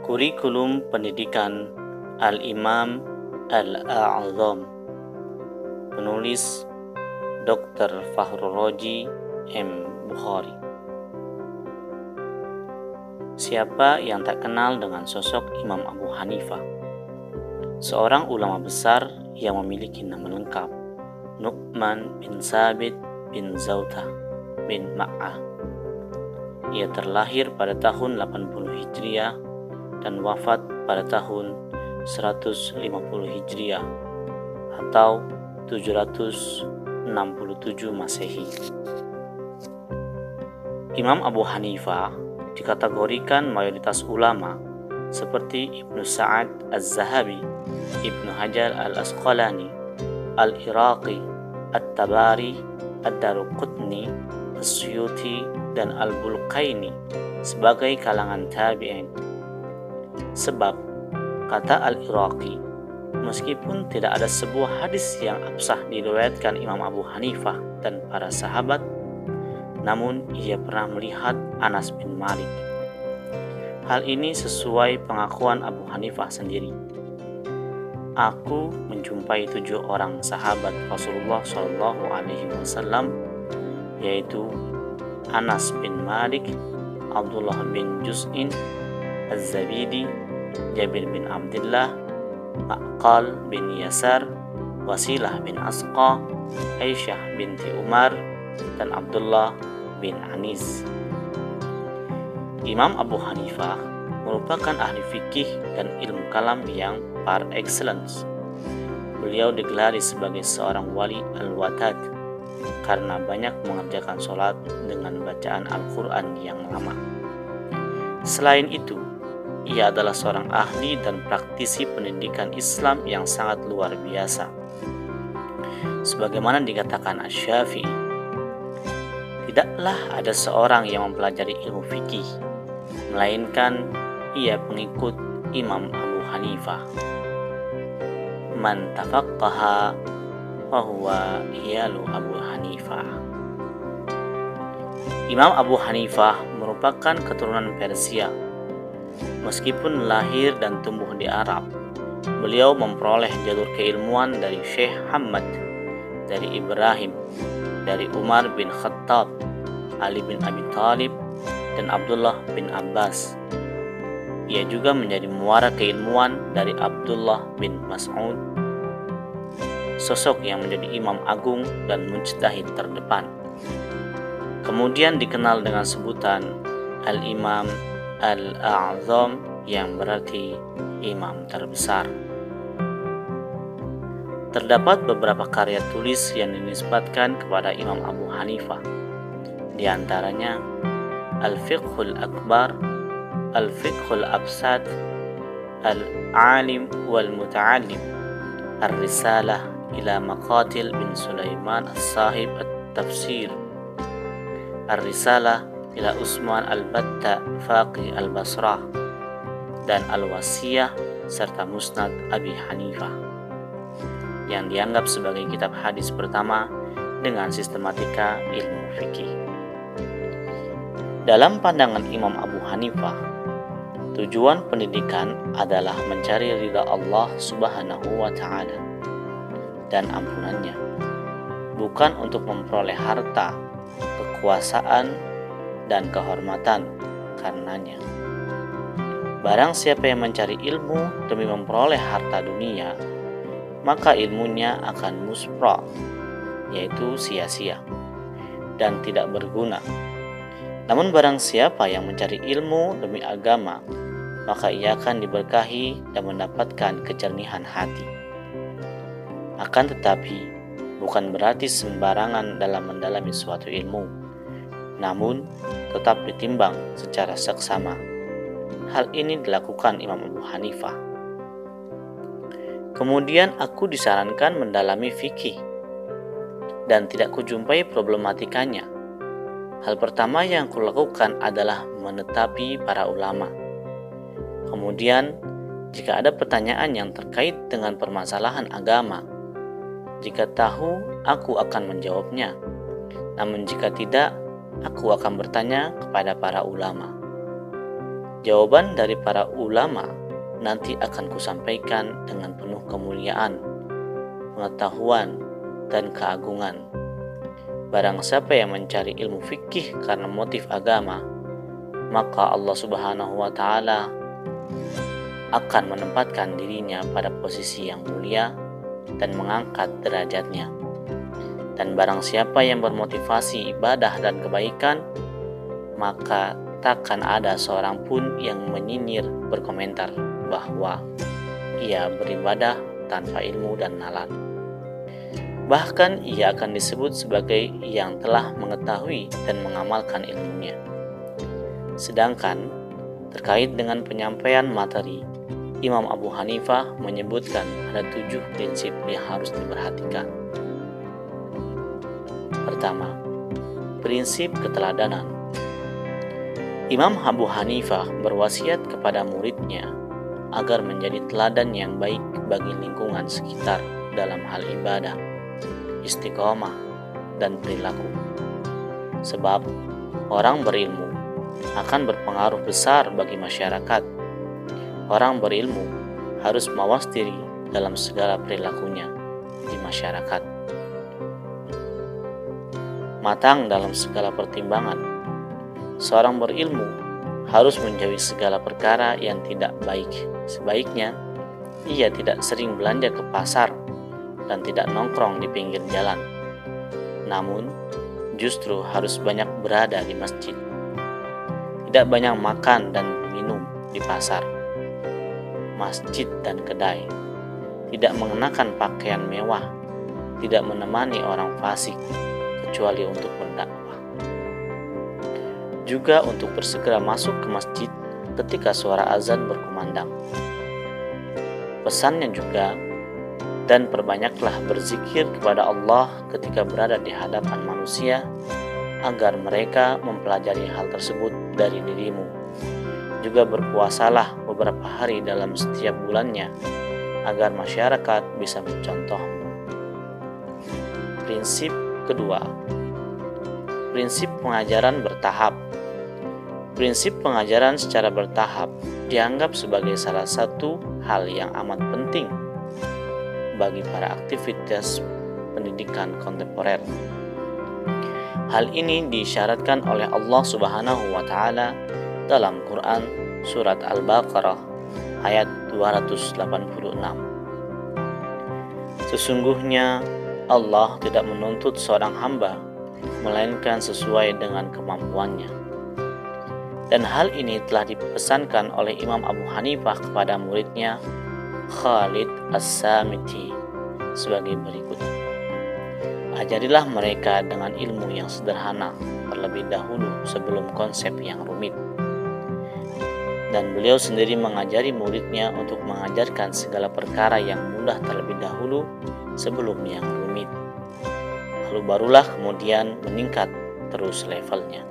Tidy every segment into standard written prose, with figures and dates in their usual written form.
Kurikulum Pendidikan Al-Imam Al-A'zam. Penulis Dr. Fakhrul Razi M. Bukhari. Siapa yang tak kenal dengan sosok Imam Abu Hanifah? Seorang ulama besar yang memiliki nama lengkap Nu'man bin Sabit bin Zautah bin Ma'ah. Ia terlahir pada tahun 80 Hijriah dan wafat pada tahun 150 Hijriah atau 767 Masehi. Imam Abu Hanifah dikategorikan mayoritas ulama seperti Ibnu Sa'ad Az-Zahabi, Ibnu Hajar Al-Asqalani, Al-Iraqi, At-Tabari, Ad-Daruqutni, As-Suyuti, dan Al-Bulqaini sebagai kalangan tabi'in. Sebab, kata Al-Iraqi, meskipun tidak ada sebuah hadis yang absah diriwayatkan Imam Abu Hanifah dan para sahabat, namun ia pernah melihat Anas bin Malik. Hal ini sesuai pengakuan Abu Hanifah sendiri. Aku menjumpai 7 orang sahabat Rasulullah SAW, yaitu Anas bin Malik, Abdullah bin Juz'in, Az-Zabidi, Jabir bin Abdullah, Ma'qal bin Yasar, Wasilah bin Asqa, Aisyah binti Umar, dan Abdullah bin Anis. Imam Abu Hanifah merupakan ahli fikih dan ilmu kalam yang par excellence. Beliau digelari sebagai seorang wali al-watad karena banyak mengerjakan sholat dengan bacaan Al-Quran yang lama. Selain itu, ia adalah seorang ahli dan praktisi pendidikan Islam yang sangat luar biasa. Sebagaimana dikatakan Asy-Syafi'i, tidaklah ada seorang yang mempelajari ilmu fikih, melainkan ia pengikut Imam Abu Hanifah. Man tafaqqaha fahuwa iyalu Abu Hanifah. Imam Abu Hanifah merupakan keturunan Persia. Meskipun lahir dan tumbuh di Arab, beliau memperoleh jalur keilmuan dari Syekh Hamad, dari Ibrahim, dari Umar bin Khattab, Ali bin Abi Thalib, dan Abdullah bin Abbas. Ia juga menjadi muara keilmuan dari Abdullah bin Mas'ud, sosok yang menjadi imam agung dan mujtahid terdepan. Kemudian dikenal dengan sebutan Al-Imam Al-A'zam yang berarti imam terbesar. Terdapat beberapa karya tulis yang dinisbatkan kepada Imam Abu Hanifah. Di antaranya Al-Fiqhul Akbar, Al-Fiqhul Absad, Al-Alim wal-Muta'allim, Ar-Risalah ila Maqatil bin Sulaiman As-Sahib At-Tafsir, Ar-Risalah ila Usman Al-Batta Faqih Al-Basrah, dan Al-Wasiyah serta Musnad Abi Hanifah, yang dianggap sebagai kitab hadis pertama dengan sistematika ilmu fikih. Dalam pandangan Imam Abu Hanifah, tujuan pendidikan adalah mencari ridha Allah Subhanahu wa Ta'ala dan ampunannya, bukan untuk memperoleh harta, kekuasaan, dan kehormatan karenanya. Barang siapa yang mencari ilmu demi memperoleh harta dunia, maka ilmunya akan muspra, yaitu sia-sia dan tidak berguna. Namun barang siapa yang mencari ilmu demi agama, maka ia akan diberkahi dan mendapatkan kejernihan hati. Akan tetapi, bukan berarti sembarangan dalam mendalami suatu ilmu, namun tetap ditimbang secara seksama. Hal ini dilakukan Imam Abu Hanifah. Kemudian aku disarankan mendalami fikih dan tidak kujumpai problematikanya. Hal pertama yang kulakukan adalah menetapi para ulama. Kemudian, jika ada pertanyaan yang terkait dengan permasalahan agama, jika tahu, aku akan menjawabnya. Namun jika tidak, aku akan bertanya kepada para ulama. Jawaban dari para ulama nanti akan kusampaikan dengan penuh kemuliaan, pengetahuan, dan keagungan. Barang siapa yang mencari ilmu fikih karena motif agama, maka Allah Subhanahu wa Ta'ala akan menempatkan dirinya pada posisi yang mulia dan mengangkat derajatnya. Dan barang siapa yang bermotivasi ibadah dan kebaikan, maka takkan ada seorang pun yang menyinyir berkomentar bahwa ia beribadah tanpa ilmu dan nalar. Bahkan ia akan disebut sebagai yang telah mengetahui dan mengamalkan ilmunya. Sedangkan terkait dengan penyampaian materi, Imam Abu Hanifah menyebutkan ada 7 prinsip yang harus diperhatikan. Pertama, prinsip keteladanan. Imam Abu Hanifah berwasiat kepada muridnya agar menjadi teladan yang baik bagi lingkungan sekitar dalam hal ibadah, istiqomah, dan perilaku. Sebab orang berilmu akan berpengaruh besar bagi masyarakat. Orang berilmu harus mawas diri dalam segala perilakunya di masyarakat. Matang dalam segala pertimbangan. Seorang berilmu harus menjauhi segala perkara yang tidak baik. Sebaiknya ia tidak sering belanja ke pasar dan tidak nongkrong di pinggir jalan. Namun, justru harus banyak berada di masjid. Tidak banyak makan dan minum di pasar, masjid, dan kedai. Tidak mengenakan pakaian mewah. Tidak menemani orang fasik, kecuali untuk berdakwah. Juga untuk bersegera masuk ke masjid ketika suara azan berkumandang. Pesannya juga, dan perbanyaklah berzikir kepada Allah ketika berada di hadapan manusia, agar mereka mempelajari hal tersebut dari dirimu. Juga berpuasalah beberapa hari dalam setiap bulannya, agar masyarakat bisa mencontohmu. Prinsip kedua, prinsip pengajaran bertahap. Prinsip pengajaran secara bertahap dianggap sebagai salah satu hal yang amat penting bagi para aktivitas pendidikan kontemporer. Hal ini diisyaratkan oleh Allah Subhanahu wa Ta'ala dalam Quran surat Al-Baqarah ayat 286. Sesungguhnya Allah tidak menuntut seorang hamba melainkan sesuai dengan kemampuannya. Dan hal ini telah dipesankan oleh Imam Abu Hanifah kepada muridnya Khalid As-Samiti sebagai berikut. Ajarilah mereka dengan ilmu yang sederhana terlebih dahulu sebelum konsep yang rumit. Dan beliau sendiri mengajari muridnya untuk mengajarkan segala perkara yang mudah terlebih dahulu sebelum yang rumit. Lalu barulah kemudian meningkat terus levelnya.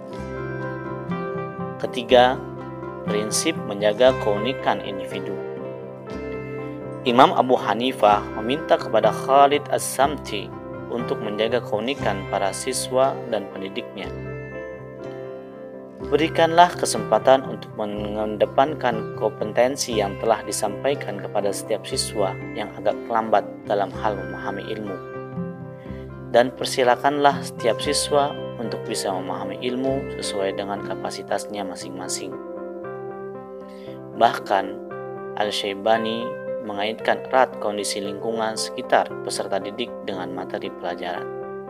Ketiga, prinsip menjaga keunikan individu. Imam Abu Hanifah meminta kepada Khalid As-Samti untuk menjaga keunikan para siswa dan pendidiknya. Berikanlah kesempatan untuk mengedepankan kompetensi yang telah disampaikan kepada setiap siswa yang agak lambat dalam hal memahami ilmu. Dan persilakanlah setiap siswa untuk bisa memahami ilmu sesuai dengan kapasitasnya masing-masing. Bahkan, Al-Syaibani mengaitkan erat kondisi lingkungan sekitar peserta didik dengan materi pelajaran.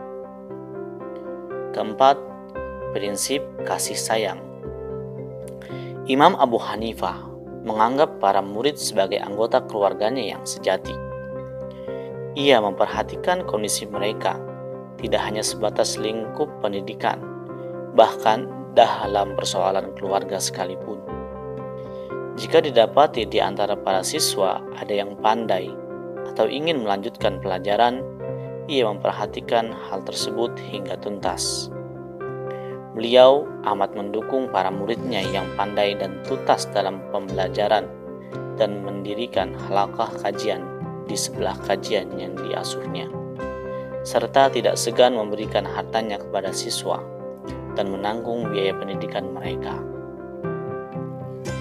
Keempat, prinsip kasih sayang. Imam Abu Hanifah menganggap para murid sebagai anggota keluarganya yang sejati. Ia memperhatikan kondisi mereka, tidak hanya sebatas lingkup pendidikan, bahkan dalam persoalan keluarga sekalipun. Jika didapati di antara para siswa ada yang pandai atau ingin melanjutkan pelajaran, ia memperhatikan hal tersebut hingga tuntas. Beliau amat mendukung para muridnya yang pandai dan tuntas dalam pembelajaran dan mendirikan halaqah kajian di sebelah kajian yang diasuhnya, serta tidak segan memberikan hartanya kepada siswa dan menanggung biaya pendidikan mereka.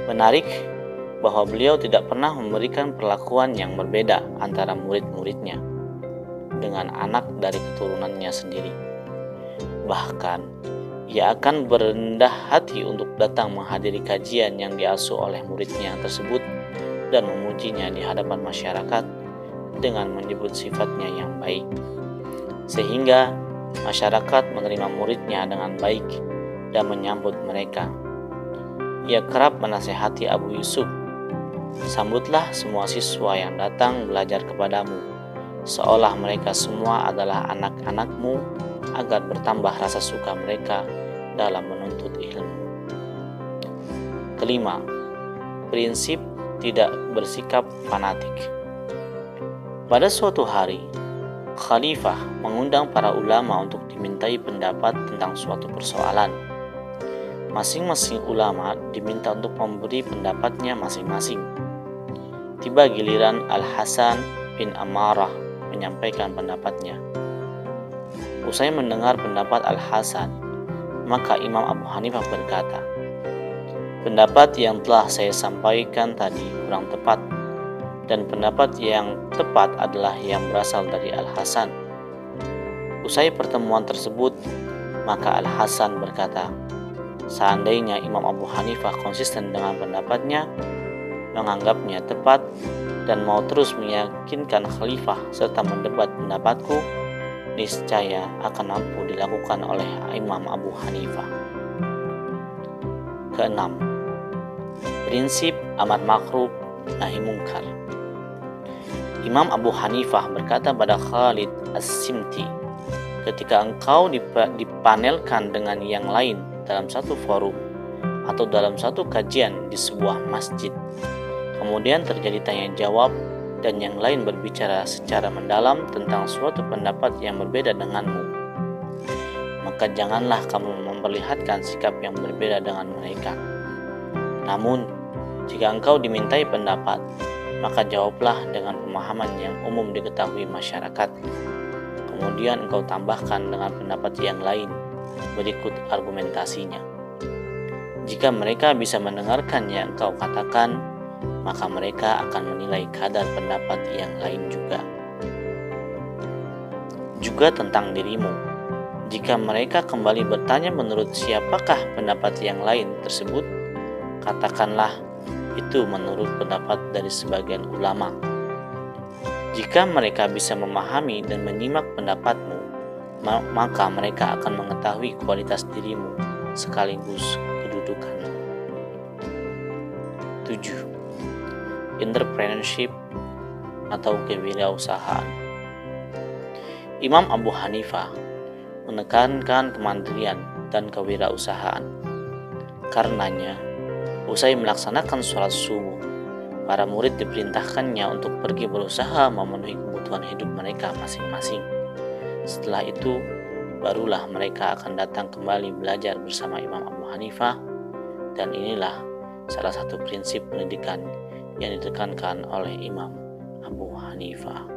Menarik bahwa beliau tidak pernah memberikan perlakuan yang berbeda antara murid-muridnya dengan anak dari keturunannya sendiri. Bahkan, ia akan berendah hati untuk datang menghadiri kajian yang diasuh oleh muridnya tersebut dan memujinya di hadapan masyarakat dengan menyebut sifatnya yang baik, sehingga masyarakat menerima muridnya dengan baik dan menyambut mereka. Ia kerap menasihati Abu Yusuf, "Sambutlah semua siswa yang datang belajar kepadamu, seolah mereka semua adalah anak-anakmu, agar bertambah rasa suka mereka dalam menuntut ilmu." Kelima, prinsip tidak bersikap fanatik. Pada suatu hari, Khalifah mengundang para ulama untuk dimintai pendapat tentang suatu persoalan. Masing-masing ulama diminta untuk memberi pendapatnya masing-masing. Tiba giliran Al-Hasan bin Ammarah menyampaikan pendapatnya. Usai mendengar pendapat Al-Hasan, maka Imam Abu Hanifah berkata, "Pendapat yang telah saya sampaikan tadi kurang tepat, dan pendapat yang tepat adalah yang berasal dari Al-Hasan." Usai pertemuan tersebut, maka Al-Hasan berkata, "Seandainya Imam Abu Hanifah konsisten dengan pendapatnya, menganggapnya tepat, dan mau terus meyakinkan Khalifah serta mendebat pendapatku, niscaya akan mampu dilakukan oleh Imam Abu Hanifah." Keenam, prinsip amar ma'ruf nahi mungkar. Imam Abu Hanifah berkata pada Khalid As-Simti, "Ketika engkau dipanelkan dengan yang lain dalam satu forum atau dalam satu kajian di sebuah masjid, kemudian terjadi tanya jawab dan yang lain berbicara secara mendalam tentang suatu pendapat yang berbeda denganmu, maka janganlah kamu memperlihatkan sikap yang berbeda dengan mereka. Namun, jika engkau dimintai pendapat, maka jawablah dengan pemahaman yang umum diketahui masyarakat. Kemudian engkau tambahkan dengan pendapat yang lain. Berikut argumentasinya. Jika mereka bisa mendengarkan yang engkau katakan, maka mereka akan menilai kadar pendapat yang lain juga. Juga tentang dirimu. Jika mereka kembali bertanya menurut siapakah pendapat yang lain tersebut, katakanlah itu menurut pendapat dari sebagian ulama. Jika mereka bisa memahami dan menyimak pendapatmu, maka mereka akan mengetahui kualitas dirimu sekaligus kedudukanmu. 7. Entrepreneurship atau kewirausahaan. Imam Abu Hanifah menekankan kemandirian dan kewirausahaan. Karenanya, usai melaksanakan sholat subuh, para murid diperintahkannya untuk pergi berusaha memenuhi kebutuhan hidup mereka masing-masing. Setelah itu, barulah mereka akan datang kembali belajar bersama Imam Abu Hanifah, dan inilah salah satu prinsip pendidikan yang ditekankan oleh Imam Abu Hanifah.